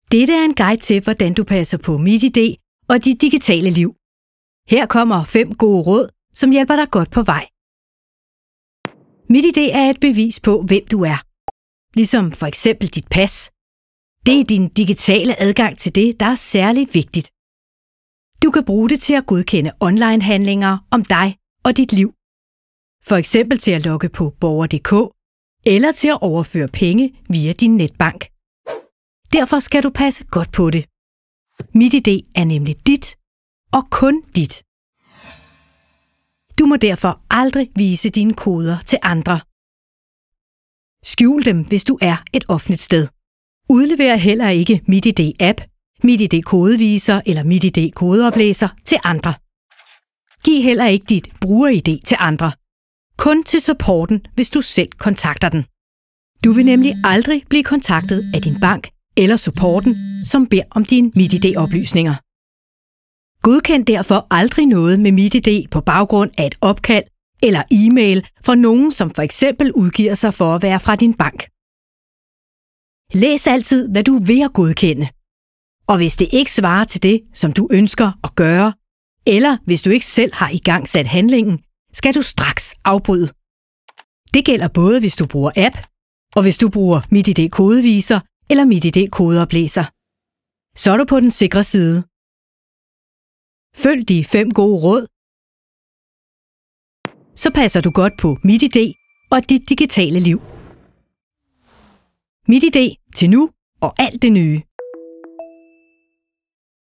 Dette er en guide til, hvordan du passer på MitID og dit digitale liv. Her kommer 5 gode råd, som hjælper dig godt på vej. MitID er et bevis på, hvem du er. Ligesom for eksempel dit pas. Det er din digitale adgang til det, der er særlig vigtigt. Du kan bruge det til at godkende online-handlinger om dig og dit liv. For eksempel til at logge på borger.dk eller til at overføre penge via din netbank. Derfor skal du passe godt på det. MitID er nemlig dit og kun dit. Du må derfor aldrig vise dine koder til andre. Skjul dem, hvis du er et offentligt sted. Udlever heller ikke MitID-app, MitID-kodeviser eller MitID-kodeoplæser til andre. Giv heller ikke dit bruger-ID til andre. Kun til supporten, hvis du selv kontakter den. Du vil nemlig aldrig blive kontaktet af din bank eller supporten, som beder om dine MitID-oplysninger. Godkend derfor aldrig noget med MitID på baggrund af et opkald eller e-mail fra nogen, som for eksempel udgiver sig for at være fra din bank. Læs altid, hvad du er ved at godkende. Og hvis det ikke svarer til det, som du ønsker at gøre, eller hvis du ikke selv har igangsat handlingen, skal du straks afbryde. Det gælder både, hvis du bruger app, og hvis du bruger MitID-kodeviser eller MitID-kodeoplæser. Så er du på den sikre side. Følg de 5 gode råd, så passer du godt på MitID og dit digitale liv. MitID til nu og alt det nye.